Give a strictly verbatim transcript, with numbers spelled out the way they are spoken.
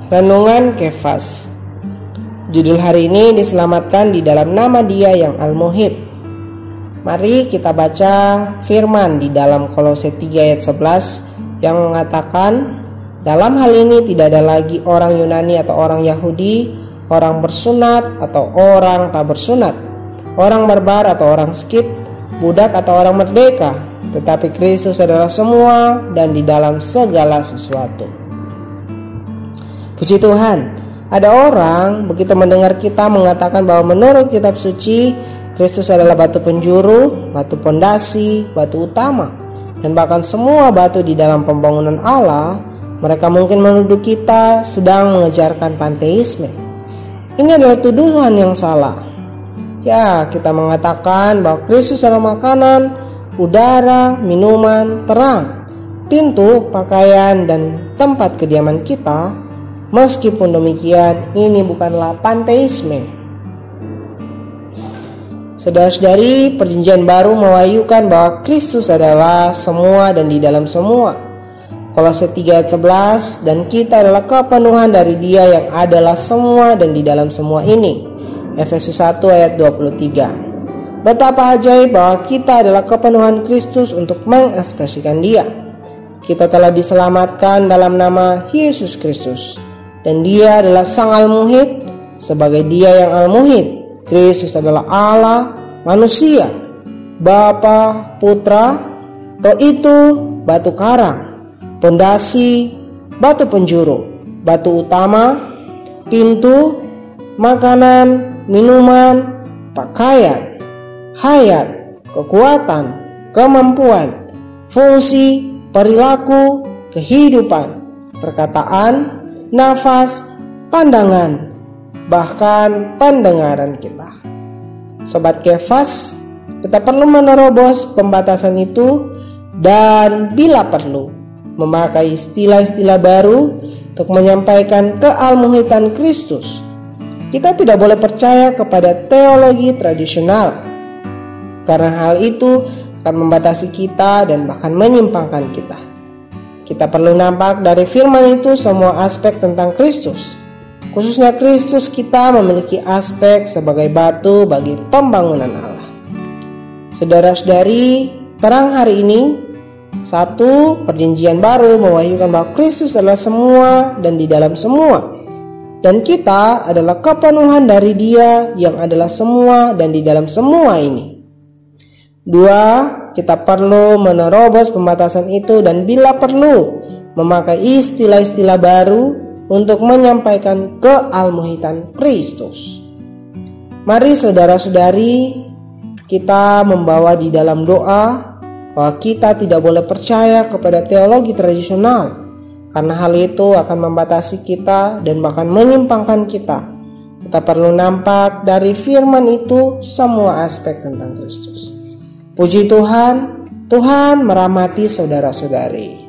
Renungan Kefas. Judul hari ini diselamatkan di dalam nama Dia yang Al-Muhid. Mari kita baca firman di dalam Kolose tiga ayat sebelas yang mengatakan, dalam hal ini tidak ada lagi orang Yunani atau orang Yahudi, orang bersunat atau orang tak bersunat, orang barbar atau orang Skit, budak atau orang merdeka, tetapi Kristus adalah semua dan di dalam segala sesuatu. Puji Tuhan, ada orang begitu mendengar kita mengatakan bahwa menurut kitab suci Kristus adalah batu penjuru, batu pondasi, batu utama, dan bahkan semua batu di dalam pembangunan Allah. Mereka mungkin menuduh kita sedang mengejarkan panteisme. Ini adalah tuduhan yang salah. Ya, kita mengatakan bahwa Kristus adalah makanan, udara, minuman, terang, pintu, pakaian, dan tempat kediaman kita. Meskipun demikian, ini bukanlah panteisme. Saudara-saudari, perjanjian baru mewahyukan bahwa Kristus adalah semua dan di dalam semua. Kolose tiga ayat sebelas, dan kita adalah kepenuhan dari Dia yang adalah semua dan di dalam semua ini. Efesus satu ayat dua puluh tiga. Betapa ajaib bahwa kita adalah kepenuhan Kristus untuk mengekspresikan Dia. Kita telah diselamatkan dalam nama Yesus Kristus. Dan Dia adalah Sang Al-Muhid. Sebagai Dia yang Al-Muhid, Kristus adalah Allah, manusia, Bapa, Putra. Roh itu batu karang, pondasi, batu penjuru, batu utama, pintu, makanan, minuman, pakaian, hayat, kekuatan, kemampuan, fungsi, perilaku, kehidupan, perkataan, nafas, pandangan, bahkan pendengaran kita. Sobat Kefas, kita perlu menerobos pembatasan itu dan bila perlu memakai istilah-istilah baru untuk menyampaikan kealmuhidan Kristus. Kita tidak boleh percaya kepada teologi tradisional, karena hal itu akan membatasi kita dan bahkan menyimpangkan kita. Kita perlu nampak dari firman itu semua aspek tentang Kristus. Khususnya Kristus kita memiliki aspek sebagai batu bagi pembangunan Allah. Saudara-saudari, terang hari ini, satu, perjanjian baru mewahyukan bahwa Kristus adalah semua dan di dalam semua. Dan kita adalah kepenuhan dari Dia yang adalah semua dan di dalam semua ini. Dua, kita perlu menerobos pembatasan itu dan bila perlu memakai istilah-istilah baru untuk menyampaikan kealmuhidan Kristus. Mari saudara-saudari, kita membawa di dalam doa bahwa kita tidak boleh percaya kepada teologi tradisional, karena hal itu akan membatasi kita dan bahkan menyimpangkan kita. Kita perlu nampak dari firman itu semua aspek tentang Kristus. Puji Tuhan, Tuhan merahmati saudara-saudari.